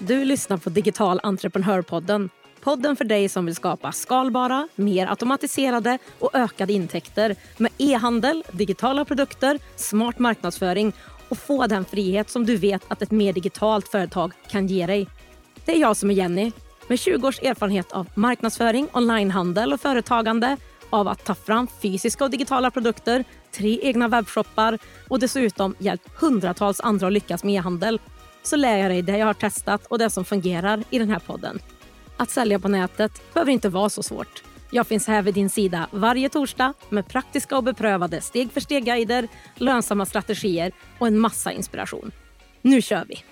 Du lyssnar på Digital Entreprenörpodden. Podden för dig som vill skapa skalbara, mer automatiserade och ökade intäkter med e-handel, digitala produkter, smart marknadsföring och få den frihet som du vet att ett mer digitalt företag kan ge dig. Det är jag som är Jenny, med 20 års erfarenhet av marknadsföring, onlinehandel och företagande, av att ta fram fysiska och digitala produkter, 3 egna webbshoppar och dessutom hjälpt hundratals andra att lyckas med e-handel. Så lär jag dig det jag har testat och det som fungerar i den här podden. Att sälja på nätet behöver inte vara så svårt. Jag finns här vid din sida varje torsdag med praktiska och beprövade steg-för-steg-guider, lönsamma strategier och en massa inspiration. Nu kör vi!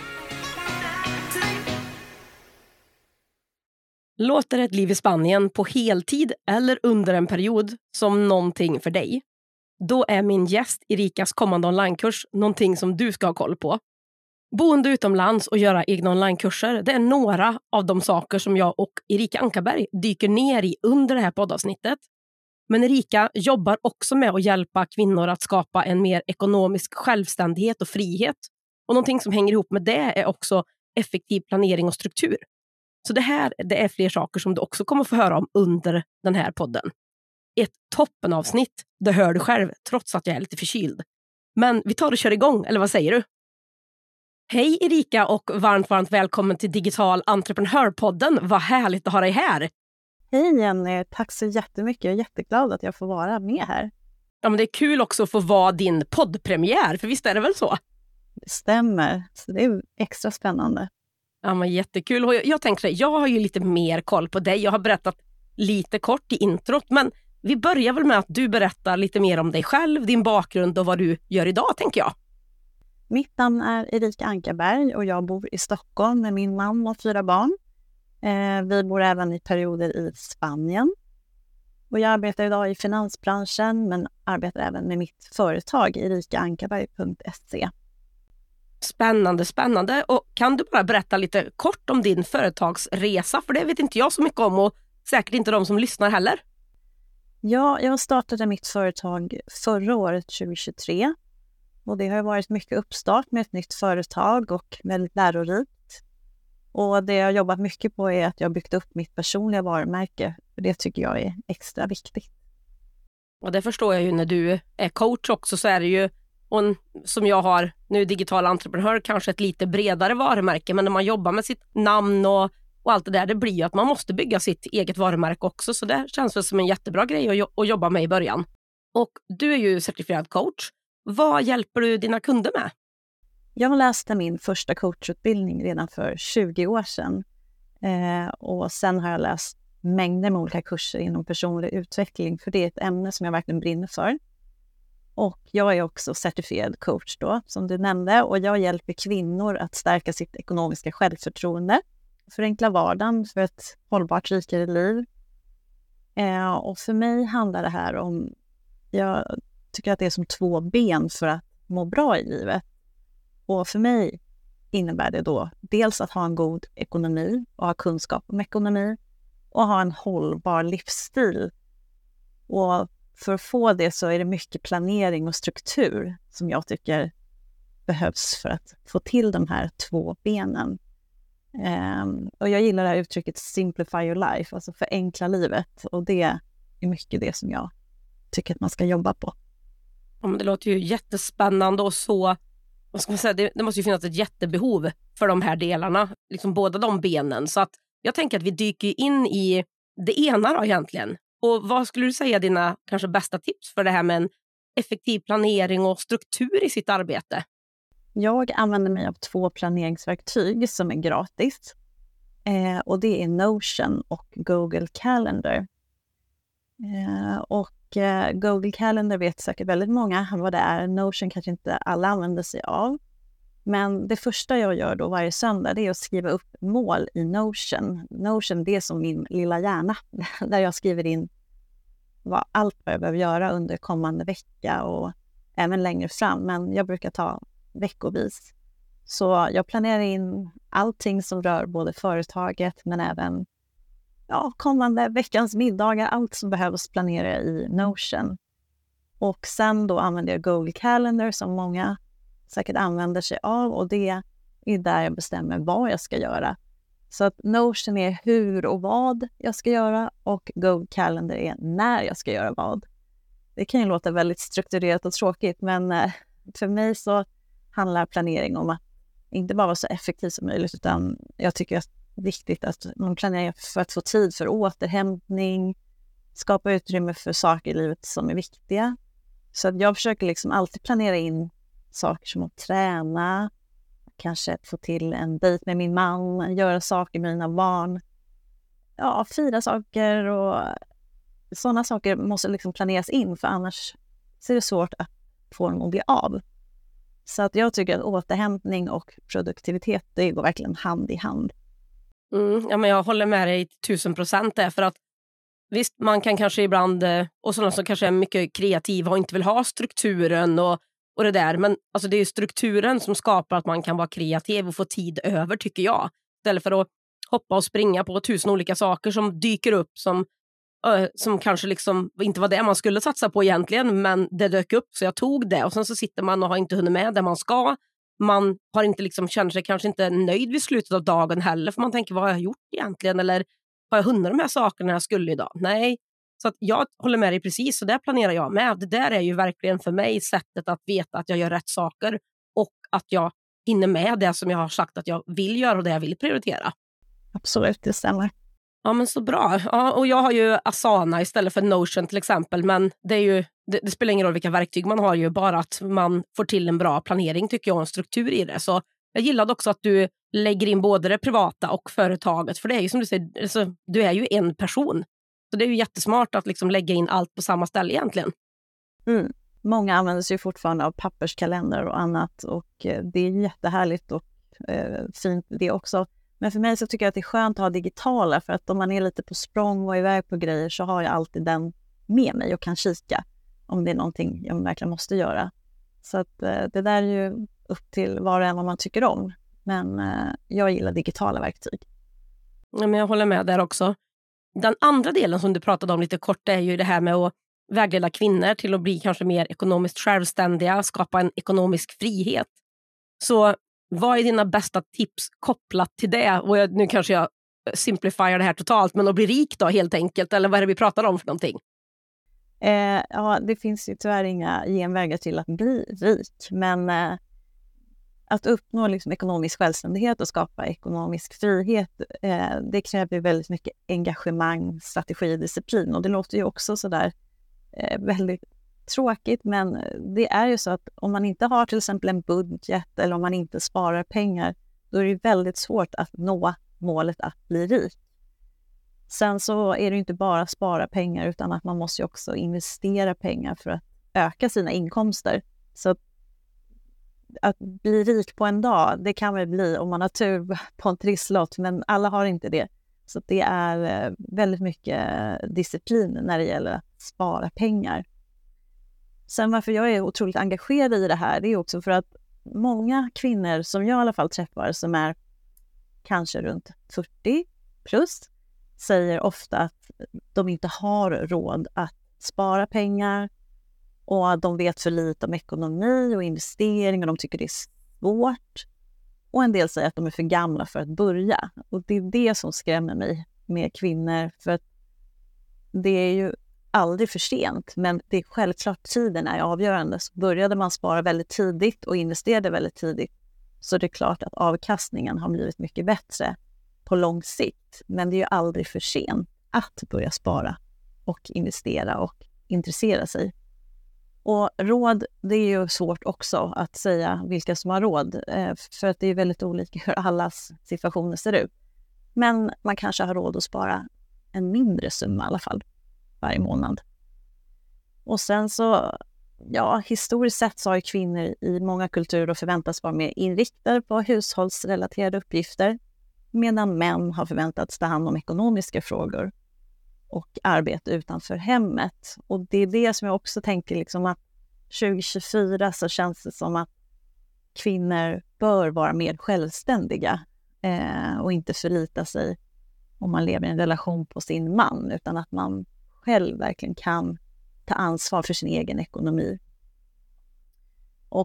Låter ett liv i Spanien på heltid eller under en period som någonting för dig? Då är min gäst Erikas kommande onlinekurs någonting som du ska ha koll på. Boende utomlands och göra egna onlinekurser, det är några av de saker som jag och Erika Ankarberg dyker ner i under det här poddavsnittet. Men Erika jobbar också med att hjälpa kvinnor att skapa en mer ekonomisk självständighet och frihet. Och någonting som hänger ihop med det är också effektiv planering och struktur. Så det är fler saker som du också kommer få höra om under den här podden. Ett toppenavsnitt, det hör du själv trots att jag är lite förkyld. Men vi tar och kör igång, eller vad säger du? Hej Erika och varmt välkommen till Digital Entreprenörpodden. Vad härligt att ha dig här. Hej Jenny, tack så jättemycket. Jag är jätteglad att jag får vara med här. Ja, men det är kul också att få vara din poddpremiär, för visst är det väl så? Det stämmer, så det är extra spännande. Ja, men jättekul. Och jag tänker att jag har ju lite mer koll på dig. Jag har berättat lite kort i introt, men vi börjar väl med att du berättar lite mer om dig själv, din bakgrund och vad du gör idag, tänker jag. Mitt namn är Erika Ankarberg och jag bor i Stockholm med min man och 4 barn. Vi bor även i perioder i Spanien. Och jag arbetar idag i finansbranschen men arbetar även med mitt företag erikaankarberg.se. Spännande. Och kan du bara berätta lite kort om din företagsresa? För det vet inte jag så mycket om och säkert inte de som lyssnar heller. Ja, jag startade mitt företag förra året 2023. Och det har varit mycket uppstart med ett nytt företag och väldigt lärorikt. Och det jag har jobbat mycket på är att jag har byggt upp mitt personliga varumärke. För det tycker jag är extra viktigt. Och det förstår jag ju när du är coach också, så är det ju, och som jag har nu, digital entreprenör, kanske ett lite bredare varumärke. Men när man jobbar med sitt namn och allt det där, det blir ju att man måste bygga sitt eget varumärke också. Så det känns väl som en jättebra grej att jobba med i början. Och du är ju certifierad coach. Vad hjälper du dina kunder med? Jag läste min första coachutbildning redan för 20 år sedan. Och sen har jag läst mängder med olika kurser inom personlig utveckling. För det är ett ämne som jag verkligen brinner för. Och jag är också certifierad coach då, som du nämnde. Och jag hjälper kvinnor att stärka sitt ekonomiska självförtroende. Förenkla vardagen för ett hållbart rikare liv. Och för mig handlar det här om... Jag tycker att det är som 2 ben för att må bra i livet. Och för mig innebär det då dels att ha en god ekonomi och ha kunskap om ekonomi och ha en hållbar livsstil. Och för att få det så är det mycket planering och struktur som jag tycker behövs för att få till de här 2 benen. Och jag gillar det här uttrycket simplify your life, alltså förenkla livet. Och det är mycket det som jag tycker att man ska jobba på. Ja, men det låter ju jättespännande och så, vad ska man säga, det måste ju finnas ett jättebehov för de här delarna, liksom båda de benen. Så att jag tänker att vi dyker in i det ena då egentligen. Och vad skulle du säga dina kanske bästa tips för det här med en effektiv planering och struktur i sitt arbete? Jag använder mig av 2 planeringsverktyg som är gratis. Och det är Notion och Google Calendar. Google Calendar vet säkert väldigt många vad det är. Notion kanske inte alla använder sig av. Men det första jag gör då varje söndag, det är att skriva upp mål i Notion. Notion, det är som min lilla hjärna där jag skriver in allt vad jag behöver göra under kommande vecka och även längre fram. Men jag brukar ta veckovis. Så jag planerar in allting som rör både företaget men även kommande veckans middagar, allt som behövs planera i Notion. Och sen då använder jag Google Calendar som många säkert använder sig av, och det är där jag bestämmer vad jag ska göra. Så att Notion är hur och vad jag ska göra och Google Calendar är när jag ska göra vad. Det kan ju låta väldigt strukturerat och tråkigt, men för mig så handlar planering om att inte bara vara så effektiv som möjligt, utan jag tycker att det är viktigt att man planerar för att få tid för återhämtning, skapa utrymme för saker i livet som är viktiga. Så att jag försöker liksom alltid planera in saker som att träna, kanske få till en dejt med min man, göra saker med mina barn, ja, fira saker och sådana saker måste liksom planeras in, för annars så är det svårt att få dem att bli av. Så att jag tycker att återhämtning och produktivitet, det går verkligen hand i hand. Ja, men jag håller med dig 1000% där, för att visst, man kan kanske ibland, och sådana som kanske är mycket kreativa och inte vill ha strukturen och det där, men alltså det är strukturen som skapar att man kan vara kreativ och få tid över, tycker jag. Istället för att hoppa och springa på 1000 olika saker som dyker upp som kanske liksom inte var det man skulle satsa på egentligen, men det dök upp så jag tog det, och sen så sitter man och har inte hunnit med det man ska. Man har inte liksom, känner sig kanske inte nöjd vid slutet av dagen heller, för man tänker, vad har jag gjort egentligen, eller har jag hunnit de här sakerna jag skulle idag? Nej, så att jag håller med dig precis, så där planerar jag med. Det där är ju verkligen för mig sättet att veta att jag gör rätt saker och att jag hinner med det som jag har sagt att jag vill göra och det jag vill prioritera. Absolut, det stämmer. Ja, men så bra. Ja, och jag har ju Asana istället för Notion till exempel, men det är ju, det spelar ingen roll vilka verktyg man har, ju bara att man får till en bra planering, tycker jag, och en struktur i det. Så jag gillade också att du lägger in både det privata och företaget, för det är ju som du säger, alltså, du är ju en person. Så det är ju jättesmart att liksom lägga in allt på samma ställe egentligen. Många använder sig fortfarande av papperskalender och annat, och det är jättehärligt och fint det också. Men för mig så tycker jag att det är skönt att ha digitala, för att om man är lite på språng och iväg på grejer så har jag alltid den med mig och kan kika om det är någonting jag verkligen måste göra. Så att det där är ju upp till var och en vad man tycker om. Men jag gillar digitala verktyg. Ja, men jag håller med där också. Den andra delen som du pratade om lite kort är ju det här med att vägleda kvinnor till att bli kanske mer ekonomiskt självständiga, skapa en ekonomisk frihet. Så vad är dina bästa tips kopplat till det? Och nu kanske jag simplifierar det här totalt, men att bli rik då helt enkelt, eller vad är det vi pratar om för någonting? Ja, det finns ju tyvärr inga genvägar till att bli rik, men att uppnå liksom ekonomisk självständighet och skapa ekonomisk frihet, det kräver väldigt mycket engagemang, strategi och disciplin. Och det låter ju också sådär väldigt tråkigt, men det är ju så att om man inte har till exempel en budget eller om man inte sparar pengar, då är det väldigt svårt att nå målet att bli rik. Sen så är det inte bara spara pengar, utan att man måste också investera pengar för att öka sina inkomster. Så att bli rik på en dag, det kan väl bli om man har tur på en trisslott, men alla har inte det. Så det är väldigt mycket disciplin när det gäller att spara pengar. Sen varför jag är otroligt engagerad i det här, det är också för att många kvinnor som jag i alla fall träffar, som är kanske runt 40 plus, säger ofta att de inte har råd att spara pengar och att de vet för lite om ekonomi och investering och de tycker det är svårt. Och en del säger att de är för gamla för att börja. Och det är det som skrämmer mig med kvinnor, för att det är ju aldrig för sent, men det är självklart tiden är avgörande. Så började man spara väldigt tidigt och investerade väldigt tidigt, så det är klart att avkastningen har blivit mycket bättre på lång sikt. Men det är ju aldrig för sent att börja spara och investera och intressera sig. Och råd, det är ju svårt också att säga vilka som har råd, för att det är väldigt olika hur allas situationer ser ut. Men man kanske har råd att spara en mindre summa i alla fall varje månad. Och sen så, ja, historiskt sett så har ju kvinnor i många kulturer förväntats vara mer inriktade på hushållsrelaterade uppgifter, medan män har förväntats ta hand om ekonomiska frågor och arbete utanför hemmet. Och det är det som jag också tänker liksom, att 2024 så känns det som att kvinnor bör vara mer självständiga och inte förlita sig, om man lever i en relation, på sin man, utan att man själv verkligen kan ta ansvar för sin egen ekonomi. Och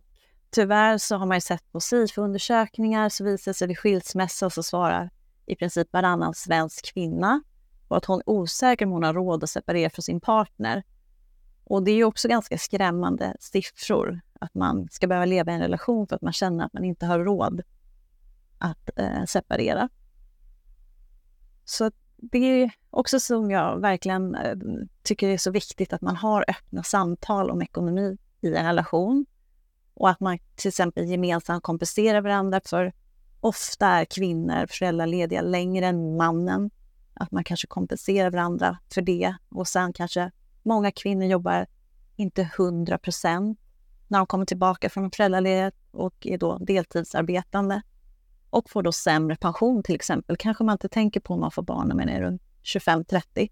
tyvärr så har man ju sett på SIFO-undersökningar så visar sig vid skilsmässa så svarar i princip varannan svensk kvinna på att hon är osäker om hon har råd att separera från sin partner. Och det är ju också ganska skrämmande siffror att man ska behöva leva i en relation för att man känner att man inte har råd att separera. Så det är också som jag verkligen tycker är så viktigt att man har öppna samtal om ekonomi i en relation. Och att man till exempel gemensamt kompenserar varandra, för ofta är kvinnor föräldralediga längre än mannen. Att man kanske kompenserar varandra för det. Och sen kanske många kvinnor jobbar inte 100% när de kommer tillbaka från föräldraledighet och är då deltidsarbetande. Och får då sämre pension till exempel. Kanske man inte tänker på om man får barn när man är runt 25-30.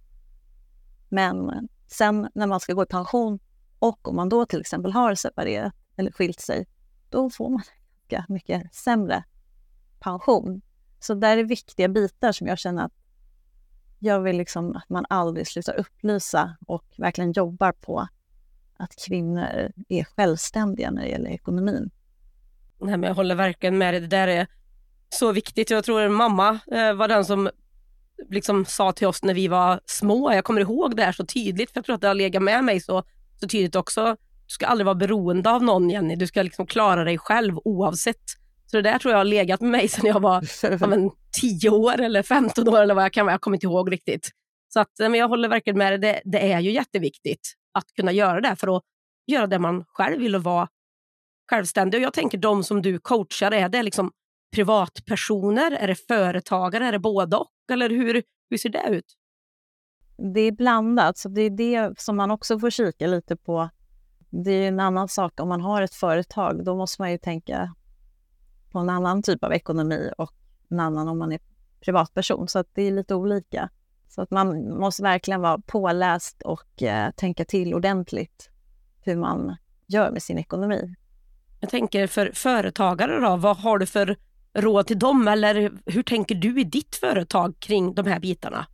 Men sen när man ska gå i pension och om man då till exempel har separerat eller skilt sig, då får man ganska mycket sämre pension. Så där är viktiga bitar som jag känner att jag vill liksom att man aldrig slutar upplysa och verkligen jobbar på att kvinnor är självständiga när det gäller ekonomin. Nej, men jag håller verkligen med dig. Det där är så viktigt. Jag tror mamma var den som liksom sa till oss när vi var små. Jag kommer ihåg det här så tydligt, för jag tror att det har legat med mig så tydligt också. Du ska aldrig vara beroende av någon, Jenny. Du ska liksom klara dig själv oavsett. Så det där tror jag har legat med mig sedan jag var 10 år eller 15 år eller vad jag kan vara. Jag kommer inte ihåg riktigt. Så att, men jag håller verkligen med dig. Det är ju jätteviktigt att kunna göra det för att göra det man själv vill och vara självständig. Och jag tänker de som du coachar, är det liksom privatpersoner? Är det företagare? Är det både och? Eller hur ser det ut? Det är blandat, så det är det som man också får kika lite på. Det är en annan sak om man har ett företag. Då måste man ju tänka på en annan typ av ekonomi och en annan om man är privatperson. Så att det är lite olika. Så att man måste verkligen vara påläst och tänka till ordentligt hur man gör med sin ekonomi. Jag tänker för företagare då, vad har du för råd till dem? Eller hur tänker du i ditt företag kring de här bitarna?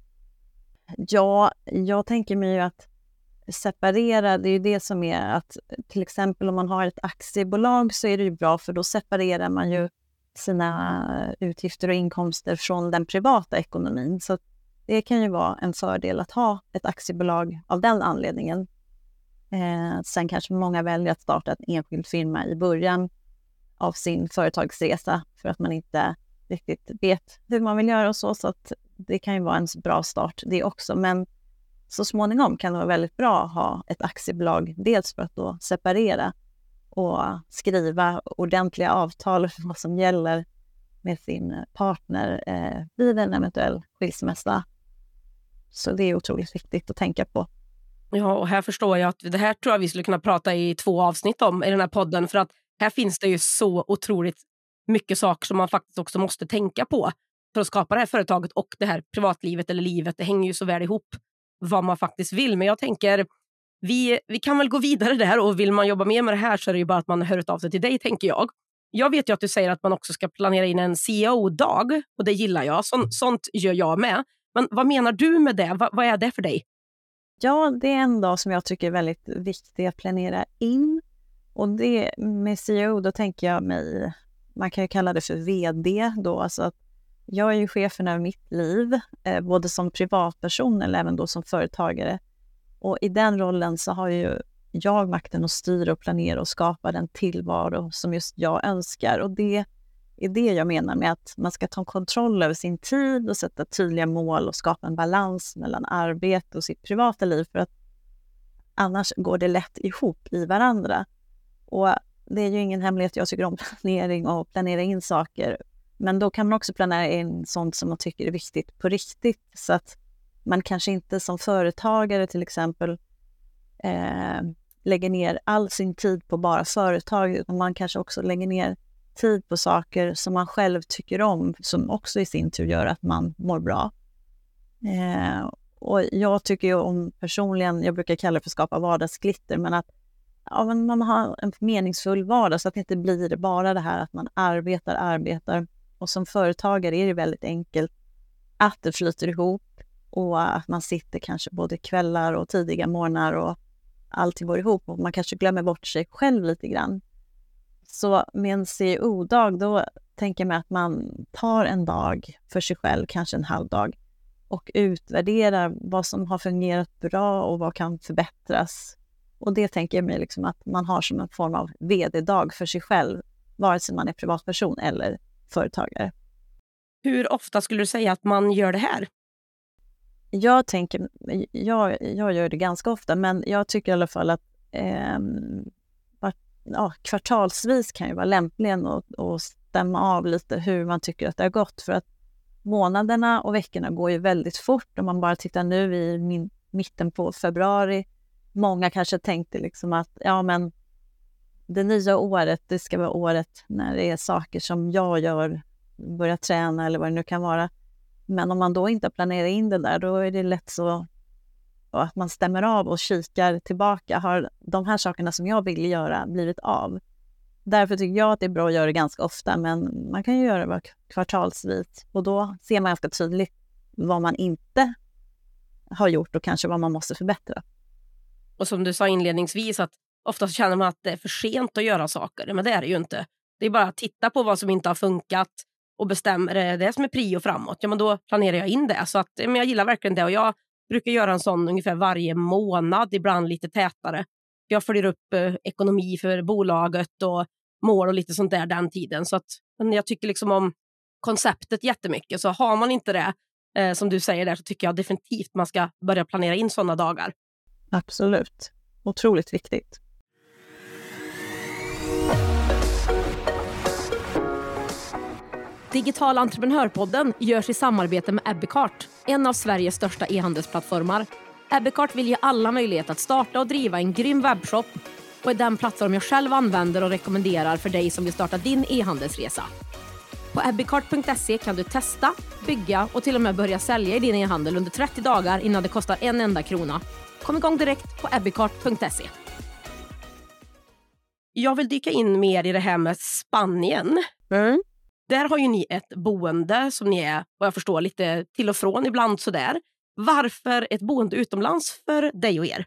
Ja, jag tänker mig ju att separera, det är ju det som är att till exempel om man har ett aktiebolag så är det ju bra, för då separerar man ju sina utgifter och inkomster från den privata ekonomin. Så det kan ju vara en fördel att ha ett aktiebolag av den anledningen. Sen kanske många väljer att starta en enskild firma i början av sin företagsresa för att man inte riktigt vet hur man vill göra och så att det kan ju vara en bra start det också. Men så småningom kan det vara väldigt bra att ha ett aktiebolag, dels för att då separera och skriva ordentliga avtal för vad som gäller med sin partner vid en eventuell skilsmässa. Så det är otroligt viktigt att tänka på. Ja, och här förstår jag att det här tror jag vi skulle kunna prata i 2 avsnitt om i den här podden, för att här finns det ju så otroligt mycket saker som man faktiskt också måste tänka på för att skapa det här företaget och det här privatlivet eller livet. Det hänger ju så väl ihop vad man faktiskt vill. Men jag tänker, vi kan väl gå vidare där, och vill man jobba mer med det här så är det ju bara att man hör av sig till dig, tänker jag. Jag vet ju att du säger att man också ska planera in en CEO-dag, och det gillar jag. Sånt gör jag med. Men vad menar du med det? Vad är det för dig? Ja, det är en dag som jag tycker är väldigt viktig att planera in. Och det med CEO, då tänker jag mig, man kan ju kalla det för vd då. Alltså att jag är ju chefen över mitt liv, både som privatperson eller även då som företagare. Och i den rollen så har ju jag makten att styra och planera och skapa den tillvaro som just jag önskar. Och det är det jag menar med att man ska ta kontroll över sin tid och sätta tydliga mål och skapa en balans mellan arbete och sitt privata liv, för att annars går det lätt ihop i varandra. Och det är ju ingen hemlighet, jag tycker om planering och planera in saker. Men då kan man också planera in sånt som man tycker är viktigt på riktigt, så att man kanske inte som företagare till exempel lägger ner all sin tid på bara företag, utan man kanske också lägger ner tid på saker som man själv tycker om, som också i sin tur gör att man mår bra. Och jag tycker ju om personligen, jag brukar kalla det för skapa vardagsglitter, men att man har en meningsfull vardag så att det inte blir bara det här att man arbetar. Och som företagare är det väldigt enkelt att det flyter ihop och att man sitter kanske både kvällar och tidiga morgnar och allting går ihop och man kanske glömmer bort sig själv lite grann. Så med en CEO-dag då tänker jag mig att man tar en dag för sig själv, kanske en halv dag, och utvärderar vad som har fungerat bra och vad kan förbättras. Och det tänker jag mig liksom att man har som en form av vd-dag för sig själv, vare sig man är privatperson eller företagare. Hur ofta skulle du säga att man gör det här? Jag gör det ganska ofta, men jag tycker i alla fall att kvartalsvis kan ju vara lämpligen att stämma av lite hur man tycker att det har gått. För att månaderna och veckorna går ju väldigt fort. Om man bara tittar nu i mitten på februari. Många kanske tänkte liksom att men det nya året, det ska vara året när det är saker som jag gör, börja träna eller vad det nu kan vara. Men om man då inte planerar in det där, då är det lätt så att man stämmer av och kikar tillbaka. Har de här sakerna som jag ville göra blivit av? Därför tycker jag att det är bra att göra det ganska ofta, men man kan ju göra det kvartalsvis. Och då ser man ganska tydligt vad man inte har gjort och kanske vad man måste förbättra. Och som du sa inledningsvis, att ofta känner man att det är för sent att göra saker. Men det är det ju inte. Det är bara att titta på vad som inte har funkat och bestämma det som är prio framåt. Ja, men då planerar jag in det. Så att, men jag gillar verkligen det, och jag brukar göra en sån ungefär varje månad, ibland lite tätare. Jag följer upp ekonomi för bolaget och mål och lite sånt där den tiden. Så att, men jag tycker liksom om konceptet jättemycket. Så har man inte det, som du säger där, så tycker jag definitivt man ska börja planera in sådana dagar. Absolut. Otroligt viktigt. Digital entreprenörpodden görs i samarbete med Ebbecart, en av Sveriges största e-handelsplattformar. Ebbecart vill ge alla möjlighet att starta och driva en grym webbshop och är den plattform jag själv använder och rekommenderar för dig som vill starta din e-handelsresa. På ebbecart.se kan du testa, bygga och till och med börja sälja i din e-handel under 30 dagar innan det kostar en enda krona. Kom igång direkt på ebbecart.se. Jag vill dyka in mer i det här med Spanien. Där har ju ni ett boende som ni är, vad jag förstår, lite till och från ibland sådär. Varför ett boende utomlands för dig och er?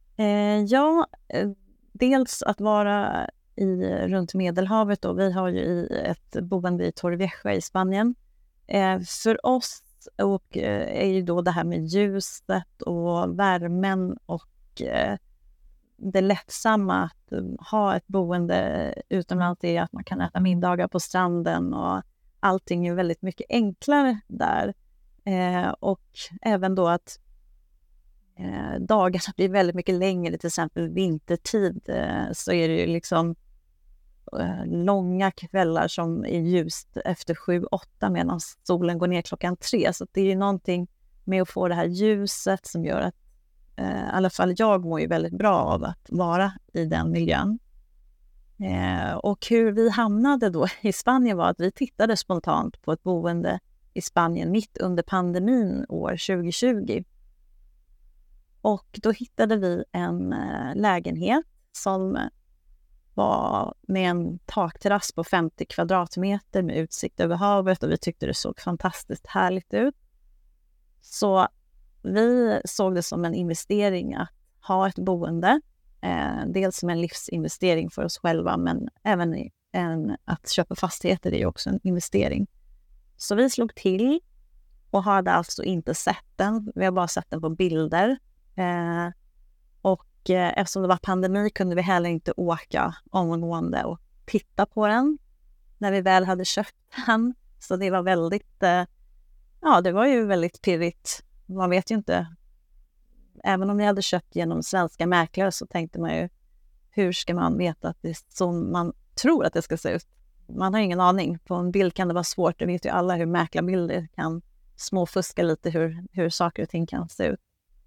Dels att vara runt Medelhavet. Och vi har ju ett boende i Torrevieja i Spanien. För oss är ju då det här med ljuset och värmen och det lättsamma att ha ett boende utomlands är att man kan äta middagar på stranden och allting är väldigt mycket enklare där. Och även då att dagarna blir väldigt mycket längre, till exempel vintertid så är det ju liksom långa kvällar som är ljust efter 7-8 medan solen går ner klockan 3. Så det är ju någonting med att få det här ljuset som gör att i alla fall jag mår ju väldigt bra av att vara i den miljön. Och hur vi hamnade då i Spanien var att vi tittade spontant på ett boende i Spanien mitt under pandemin år 2020. Och då hittade vi en lägenhet som var med en takterrass på 50 kvadratmeter med utsikt över havet och vi tyckte det såg fantastiskt härligt ut. Så vi såg det som en investering att ha ett boende. Dels som en livsinvestering för oss själva, men även att köpa fastigheter är ju också en investering. Så vi slog till och hade alltså inte sett den. Vi har bara sett den på bilder. Och eftersom det var pandemi kunde vi heller inte åka omgående och titta på den när vi väl hade köpt den. Så det var väldigt, det var ju väldigt pirrigt. Man vet ju inte, även om vi hade köpt genom svenska mäklare så tänkte man ju, hur ska man veta att det är så man tror att det ska se ut? Man har ingen aning. På en bild kan det vara svårt, det vet ju alla hur mäklarbilder kan småfuska lite hur saker och ting kan se ut.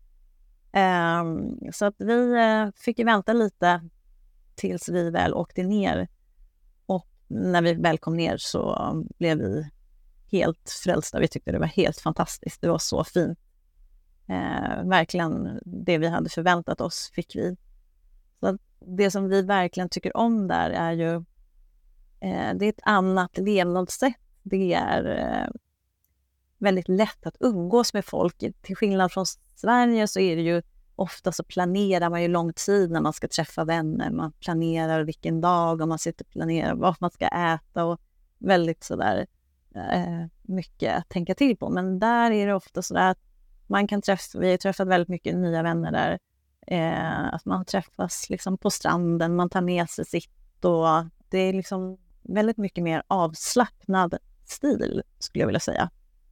Så att vi fick ju vänta lite tills vi väl åkte ner. Och när vi väl kom ner så blev vi helt frälsta. Vi tyckte det var helt fantastiskt. Det var så fint. Verkligen det vi hade förväntat oss fick vi. Så att det som vi verkligen tycker om där är ju det är ett annat levnadssätt. Det är väldigt lätt att umgås med folk. Till skillnad från Sverige så är det ju ofta så planerar man ju lång tid när man ska träffa vänner. Man planerar vilken dag och man sitter och planerar vad man ska äta och väldigt sådär mycket att tänka till på. Men där är det ofta sådär att man kan vi har träffat väldigt mycket nya vänner där. Att man träffas liksom på stranden, man tar med sig sitt och det är liksom väldigt mycket mer avslappnad stil skulle jag vilja säga.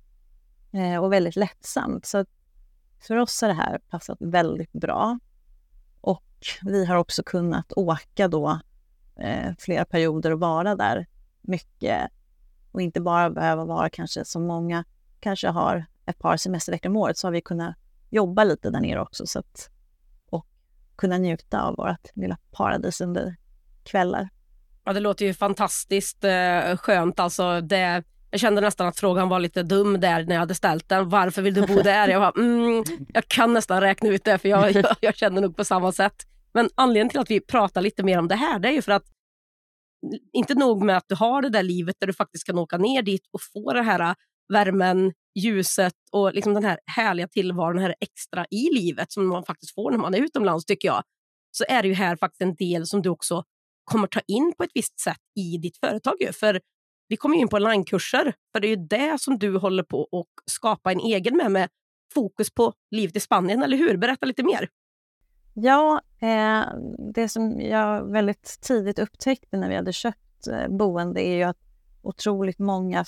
Och väldigt lättsamt. Så för oss har det här passat väldigt bra. Och vi har också kunnat åka då flera perioder och vara där mycket. Och inte bara behöva vara kanske som många kanske har ett par semesterveckor om året, så har vi kunnat jobba lite där nere också. Och kunna njuta av vårt lilla paradis under kvällar. Ja, det låter ju fantastiskt skönt. Alltså jag kände nästan att frågan var lite dum där när jag hade ställt den. Varför vill du bo där? Jag bara, jag kan nästan räkna ut det, för jag känner nog på samma sätt. Men anledningen till att vi pratar lite mer om det här, det är ju för att inte nog med att du har det där livet där du faktiskt kan åka ner dit och få det här värmen, ljuset och liksom den här härliga tillvaron, den här extra i livet som man faktiskt får när man är utomlands, tycker jag. Så är det ju här faktiskt en del som du också kommer ta in på ett visst sätt i ditt företag. För vi kommer ju in på onlinekurser, för det är ju det som du håller på att skapa en egen med fokus på livet i Spanien, eller hur? Berätta lite mer. Ja, det som jag väldigt tidigt upptäckte när vi hade köpt boende är ju att otroligt många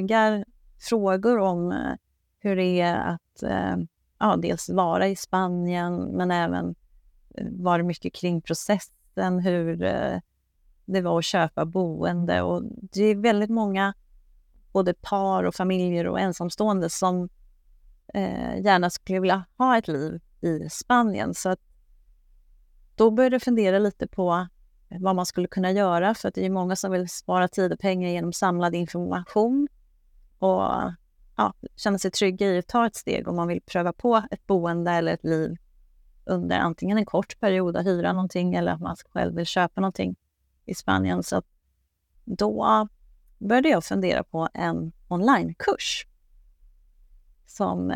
frågor om hur det är att dels vara i Spanien, men även var mycket kring processen, hur det var att köpa boende. Och det är väldigt många, både par och familjer och ensamstående, som gärna skulle vilja ha ett liv i Spanien. Så att då började jag fundera lite på vad man skulle kunna göra, för att det är många som vill spara tid och pengar genom samlad information och känna sig trygga i att ta ett steg om man vill pröva på ett boende eller ett liv under antingen en kort period att hyra någonting eller att man själv vill köpa någonting i Spanien. Så då började jag fundera på en onlinekurs som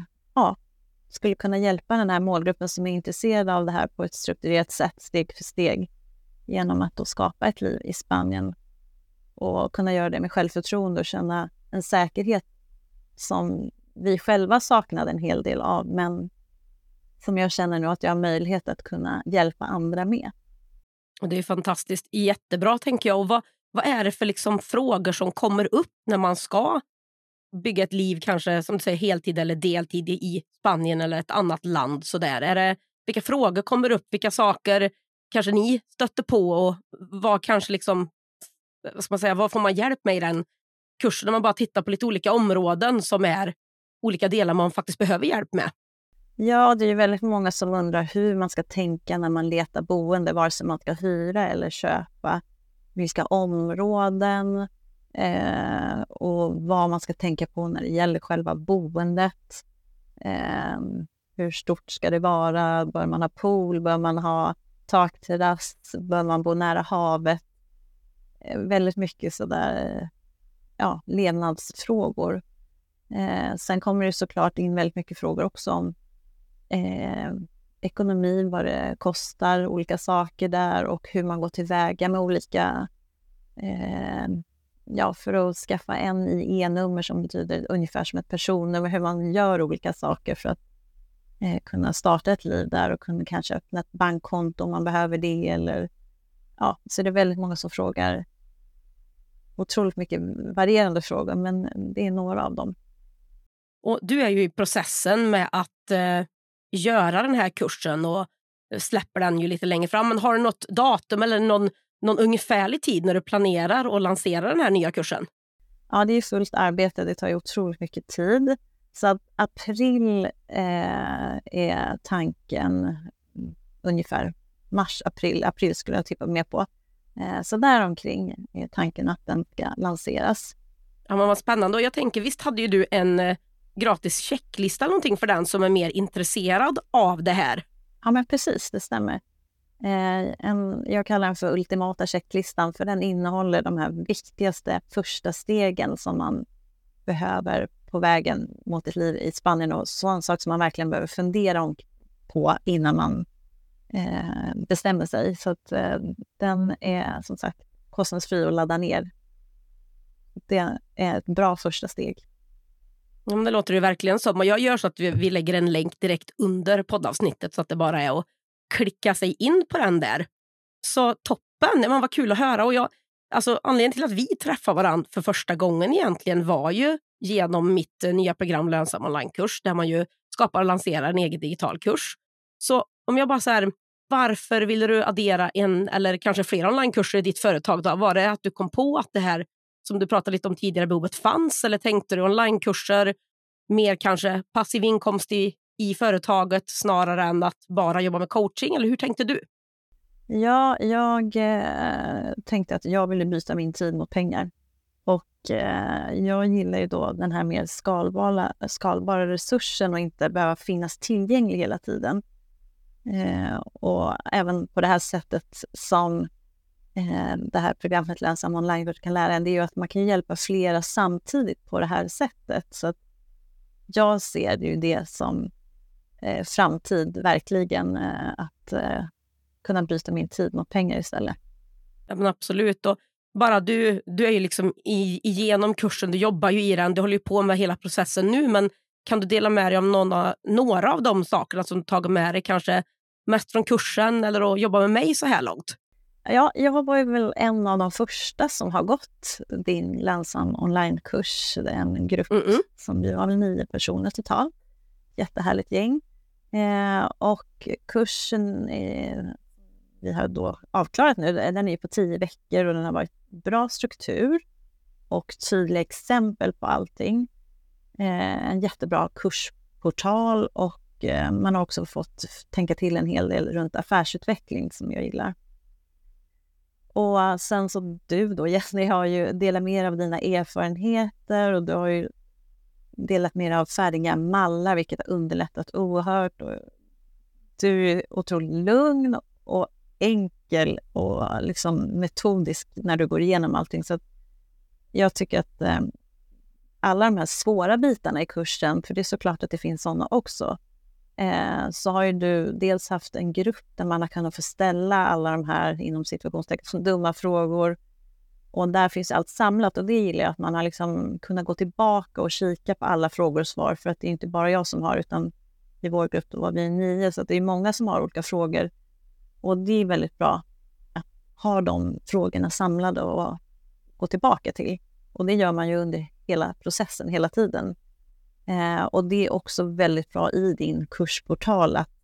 skulle kunna hjälpa den här målgruppen som är intresserad av det här på ett strukturerat sätt, steg för steg, genom att då skapa ett liv i Spanien och kunna göra det med självförtroende och känna en säkerhet som vi själva saknade en hel del av, men som jag känner nu att jag har möjlighet att kunna hjälpa andra med. Och det är fantastiskt, jättebra tänker jag. Och vad är det för liksom frågor som kommer upp när man ska bygga ett liv, kanske som du säger heltid eller deltid i Spanien eller ett annat land så där? Vilka frågor kommer upp, vilka saker kanske ni stöter på, och vad kanske liksom, vad ska man säga, vad får man hjälp med i den kursen när man bara tittar på lite olika områden som är olika delar man faktiskt behöver hjälp med? Ja, det är ju väldigt många som undrar hur man ska tänka när man letar boende, vare sig man ska hyra eller köpa, vilka områden och vad man ska tänka på när det gäller själva boendet. Hur stort ska det vara? Bör man ha pool? Bör man ha takterrass? Bör man bo nära havet? Väldigt mycket sådär, levnadsfrågor. Sen kommer det såklart in väldigt mycket frågor också om ekonomi, vad det kostar, olika saker där och hur man går tillväga med olika för att skaffa en IE-nummer som betyder ungefär som ett personnummer, hur man gör olika saker för att kunna starta ett liv där och kunna kanske öppna ett bankkonto om man behöver det, eller så det är väldigt många som frågar otroligt mycket varierande frågor, men det är några av dem. Och du är ju i processen med att göra den här kursen och släpper den ju lite längre fram. Men har du något datum eller någon ungefärlig tid när du planerar att lansera den här nya kursen? Ja, det är fullt arbete. Det tar ju otroligt mycket tid. Så att april är tanken, ungefär mars, april skulle jag tippa mer på. Så däromkring är tanken att den ska lanseras. Ja, men vad spännande. Och jag tänker, visst hade ju du en gratis checklista eller någonting för den som är mer intresserad av det här? Ja, men precis, det stämmer. Jag kallar den för ultimata checklistan, för den innehåller de här viktigaste första stegen som man behöver på vägen mot ett liv i Spanien, och sån sak som man verkligen behöver fundera på innan man bestämmer sig. Så att den är som sagt kostnadsfri att ladda ner. Det är ett bra första steg. Ja, men det låter ju verkligen som. Och jag gör så att vi lägger en länk direkt under poddavsnittet så att det bara är att klicka sig in på den där. Så toppen, men vad kul att höra. Och anledningen till att vi träffar varandra för första gången egentligen var ju genom mitt nya program Lönsam onlinekurs, där man ju skapar och lanserar en egen digital kurs. Så om jag bara så här, varför ville du addera en eller kanske flera onlinekurser i ditt företag då? Var det att du kom på att det här som du pratade lite om tidigare behovet fanns, eller tänkte du onlinekurser mer kanske passiv inkomst i företaget snarare än att bara jobba med coaching, eller hur tänkte du? Ja, jag tänkte att jag ville byta min tid mot pengar. Och jag gillar ju då den här mer skalbara resursen och inte behöva finnas tillgänglig hela tiden. Och även på det här sättet som det här programmet Lönsam onlinekurs kan lära en, det är ju att man kan hjälpa flera samtidigt på det här sättet. Så att jag ser ju det som framtid verkligen, att kunna byta min tid mot pengar istället. Ja, men absolut. Och bara du är ju liksom igenom kursen, du jobbar ju i den, du håller ju på med hela processen nu, men kan du dela med dig om några av de sakerna som du tagit med dig, kanske mest från kursen eller att jobba med mig så här långt? Ja, jag var ju väl en av de första som har gått din Lönsam onlinekurs. Det är en grupp som vi var väl 9 personer totalt. Jättehärligt gäng. Och kursen vi har då avklarat nu, den är på 10 veckor och den har varit bra struktur och tydliga exempel på allting. En jättebra kursportal och man har också fått tänka till en hel del runt affärsutveckling som jag gillar. Och sen så du då, Jesny, har ju delat mer av dina erfarenheter och du har ju delat mer av färdiga mallar, vilket har underlättat oerhört. Och du är otroligt lugn och enkel och liksom metodisk när du går igenom allting. Så att jag tycker att alla de här svåra bitarna i kursen, för det är såklart att det finns sådana också, så har ju du dels haft en grupp där man har kunnat få ställa alla de här inom situationstecken som dumma frågor, och där finns allt samlat, och det gillar jag, att man har liksom kunnat gå tillbaka och kika på alla frågor och svar, för att det är inte bara jag som har, utan i vår grupp då var vi 9, så att det är många som har olika frågor, och det är väldigt bra att ha de frågorna samlade och gå tillbaka till, och det gör man ju under hela processen, hela tiden. Och det är också väldigt bra i din kursportal att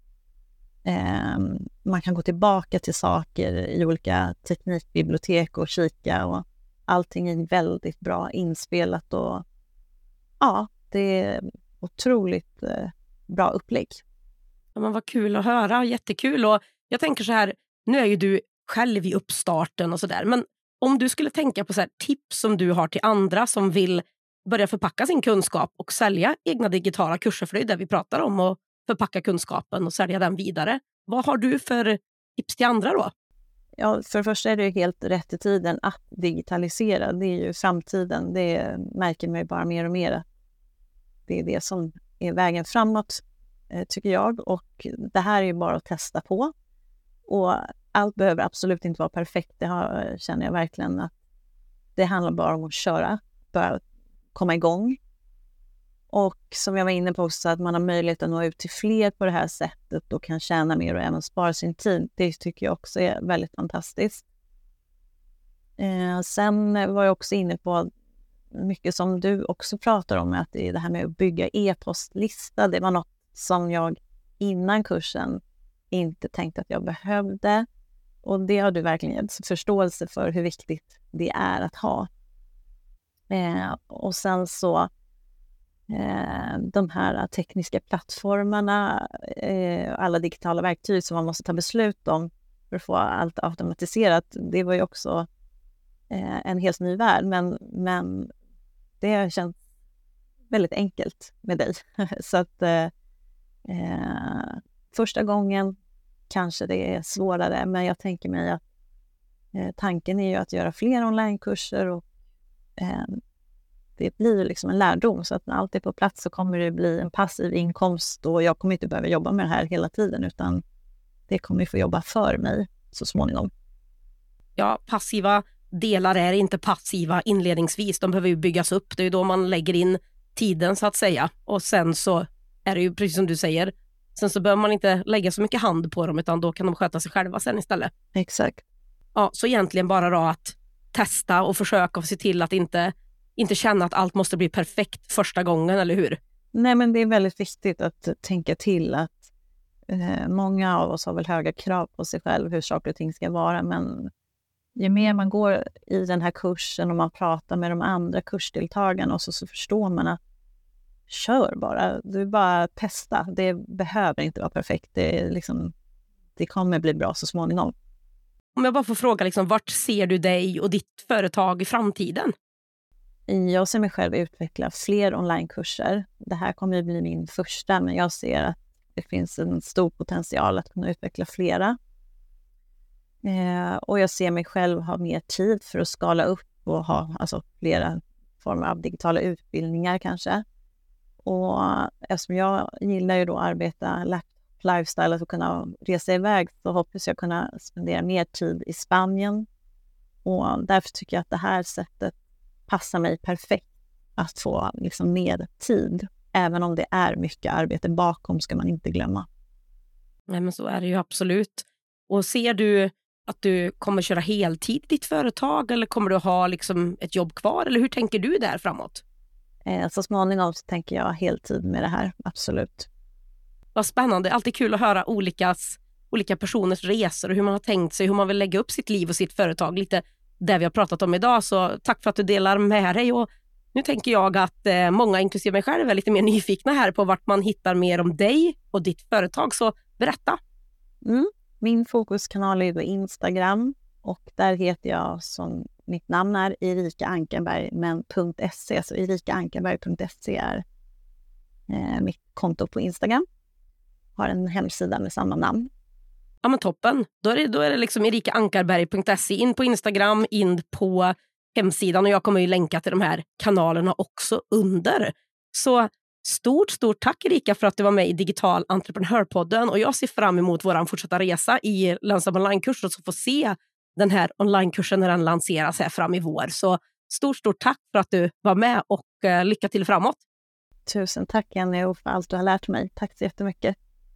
man kan gå tillbaka till saker i olika teknikbibliotek och kika, och allting är väldigt bra inspelat, och ja, det är otroligt bra upplägg. Ja, men vad kul att höra, jättekul. Och jag tänker så här, nu är ju du själv i uppstarten och sådär, men om du skulle tänka på så här tips som du har till andra som vill börja förpacka sin kunskap och sälja egna digitala kurser, för det är det vi pratar om, och förpacka kunskapen och sälja den vidare. Vad har du för tips till andra då? Ja, för det första är det helt rätt i tiden att digitalisera. Det är ju framtiden. Det märker man ju bara mer och mer. Det är det som är vägen framåt, tycker jag. Och det här är ju bara att testa på. Och allt behöver absolut inte vara perfekt. Det känner jag verkligen att det handlar bara om att köra. Bara komma igång. Och som jag var inne på också, att man har möjlighet att nå ut till fler på det här sättet och kan tjäna mer och även spara sin tid. Det tycker jag också är väldigt fantastiskt. Sen var jag också inne på mycket som du också pratar om, att det är det här med att bygga e-postlista. Det var något som jag innan kursen inte tänkte att jag behövde. Och det har du verkligen gett förståelse för hur viktigt det är att ha. Och sen så de här tekniska plattformarna, alla digitala verktyg som man måste ta beslut om för att få allt automatiserat, det var ju också en helt ny värld, men det har känts väldigt enkelt med dig. Så att första gången kanske det är svårare, men jag tänker mig att tanken är ju att göra fler onlinekurser, och det blir liksom en lärdom. Så att när allt är på plats så kommer det bli en passiv inkomst och jag kommer inte behöva jobba med det här hela tiden, utan det kommer få jobba för mig så småningom. Ja, passiva delar är inte passiva inledningsvis. De behöver ju byggas upp. Det är ju då man lägger in tiden så att säga. Och sen så är det ju precis som du säger. Sen så behöver man inte lägga så mycket hand på dem, utan då kan de sköta sig själva sen istället. Exakt. Ja, så egentligen bara då att testa och försöka se till att inte känna att allt måste bli perfekt första gången, eller hur? Nej, men det är väldigt viktigt att tänka till att många av oss har väl höga krav på sig själv hur saker och ting ska vara, men ju mer man går i den här kursen och man pratar med de andra kursdeltagarna och så förstår man att kör bara, du bara testa. Det behöver inte vara perfekt. Det kommer bli bra så småningom. Om jag bara får fråga, liksom, vart ser du dig och ditt företag i framtiden? Jag ser mig själv utveckla fler onlinekurser. Det här kommer att bli min första, men jag ser att det finns en stor potential att kunna utveckla flera. Och jag ser mig själv ha mer tid för att skala upp och ha flera former av digitala utbildningar kanske. Och eftersom jag gillar ju då att arbeta lifestyle och kunna resa iväg, så hoppas jag kunna spendera mer tid i Spanien. Och därför tycker jag att det här sättet passar mig perfekt, att få liksom mer tid. Även om det är mycket arbete bakom, ska man inte glömma. Nej, men så är det ju absolut. Och ser du att du kommer köra heltid i ditt företag, eller kommer du ha liksom ett jobb kvar, eller hur tänker du där framåt? Så småningom så tänker jag heltid med det här, absolut. Vad spännande, alltid kul att höra olika personers resor och hur man har tänkt sig, hur man vill lägga upp sitt liv och sitt företag. Lite det vi har pratat om idag, så tack för att du delar med dig. Och nu tänker jag att många, inklusive mig själv, är lite mer nyfikna här på vart man hittar mer om dig och ditt företag, så berätta. Min fokuskanal är på Instagram och där heter jag, som mitt namn är, Erika Ankarberg, men .se, så erikaankarberg.se är mitt konto på Instagram. Har en hemsida med samma namn. Ja, men toppen. Då är det liksom erikaankarberg.se, in på Instagram, in på hemsidan, och jag kommer ju länka till de här kanalerna också under. Så stort tack Erika för att du var med i Digital Entreprenörpodden, och jag ser fram emot våran fortsatta resa i lönsam onlinekurs och så få se den här onlinekursen när den lanseras här fram i vår. Så stort tack för att du var med, och lycka till framåt. Tusen tack Jenny för allt du har lärt mig. Tack så jättemycket.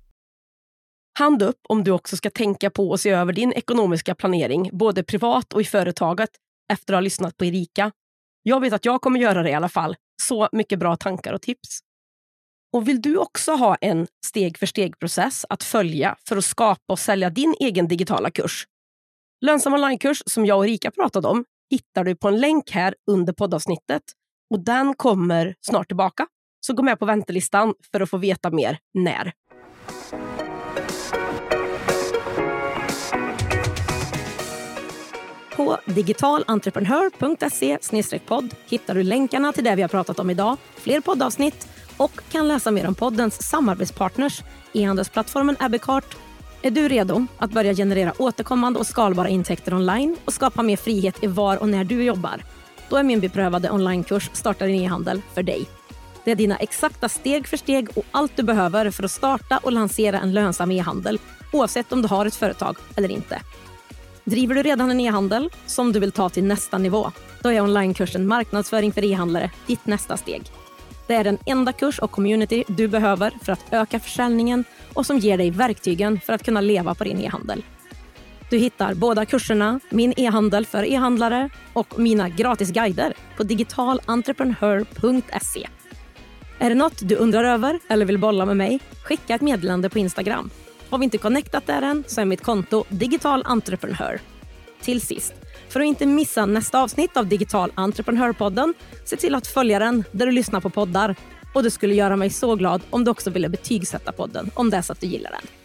Hand upp om du också ska tänka på att se över din ekonomiska planering, både privat och i företaget, efter att ha lyssnat på Erika. Jag vet att jag kommer göra det i alla fall. Så mycket bra tankar och tips. Och vill du också ha en steg-för-steg-process att följa för att skapa och sälja din egen digitala kurs? Lönsam onlinekurs som jag och Erika pratade om hittar du på en länk här under poddavsnittet, och den kommer snart tillbaka. Så gå med på väntelistan för att få veta mer när. På digitalentreprenör.se/podd hittar du länkarna till det vi har pratat om idag, fler poddavsnitt, och kan läsa mer om poddens samarbetspartners, e-handelsplattformen Abicart. Är du redo att börja generera återkommande och skalbara intäkter online och skapa mer frihet i var och när du jobbar? Då är min beprövade onlinekurs Starta din e-handel för dig. Det är dina exakta steg för steg och allt du behöver för att starta och lansera en lönsam e-handel, oavsett om du har ett företag eller inte. Driver du redan en e-handel som du vill ta till nästa nivå, då är onlinekursen Marknadsföring för e-handlare ditt nästa steg. Det är den enda kurs och community du behöver för att öka försäljningen och som ger dig verktygen för att kunna leva på din e-handel. Du hittar båda kurserna, min e-handel för e-handlare och mina gratis guider på digitalentreprenör.se. Är det något du undrar över eller vill bolla med mig? Skicka ett meddelande på Instagram. Har vi inte connectat där än så är mitt konto Digital Entreprenör. Till sist, för att inte missa nästa avsnitt av Digital Entreprenörpodden, se till att följa den där du lyssnar på poddar. Och det skulle göra mig så glad om du också ville betygsätta podden om det är så att du gillar den.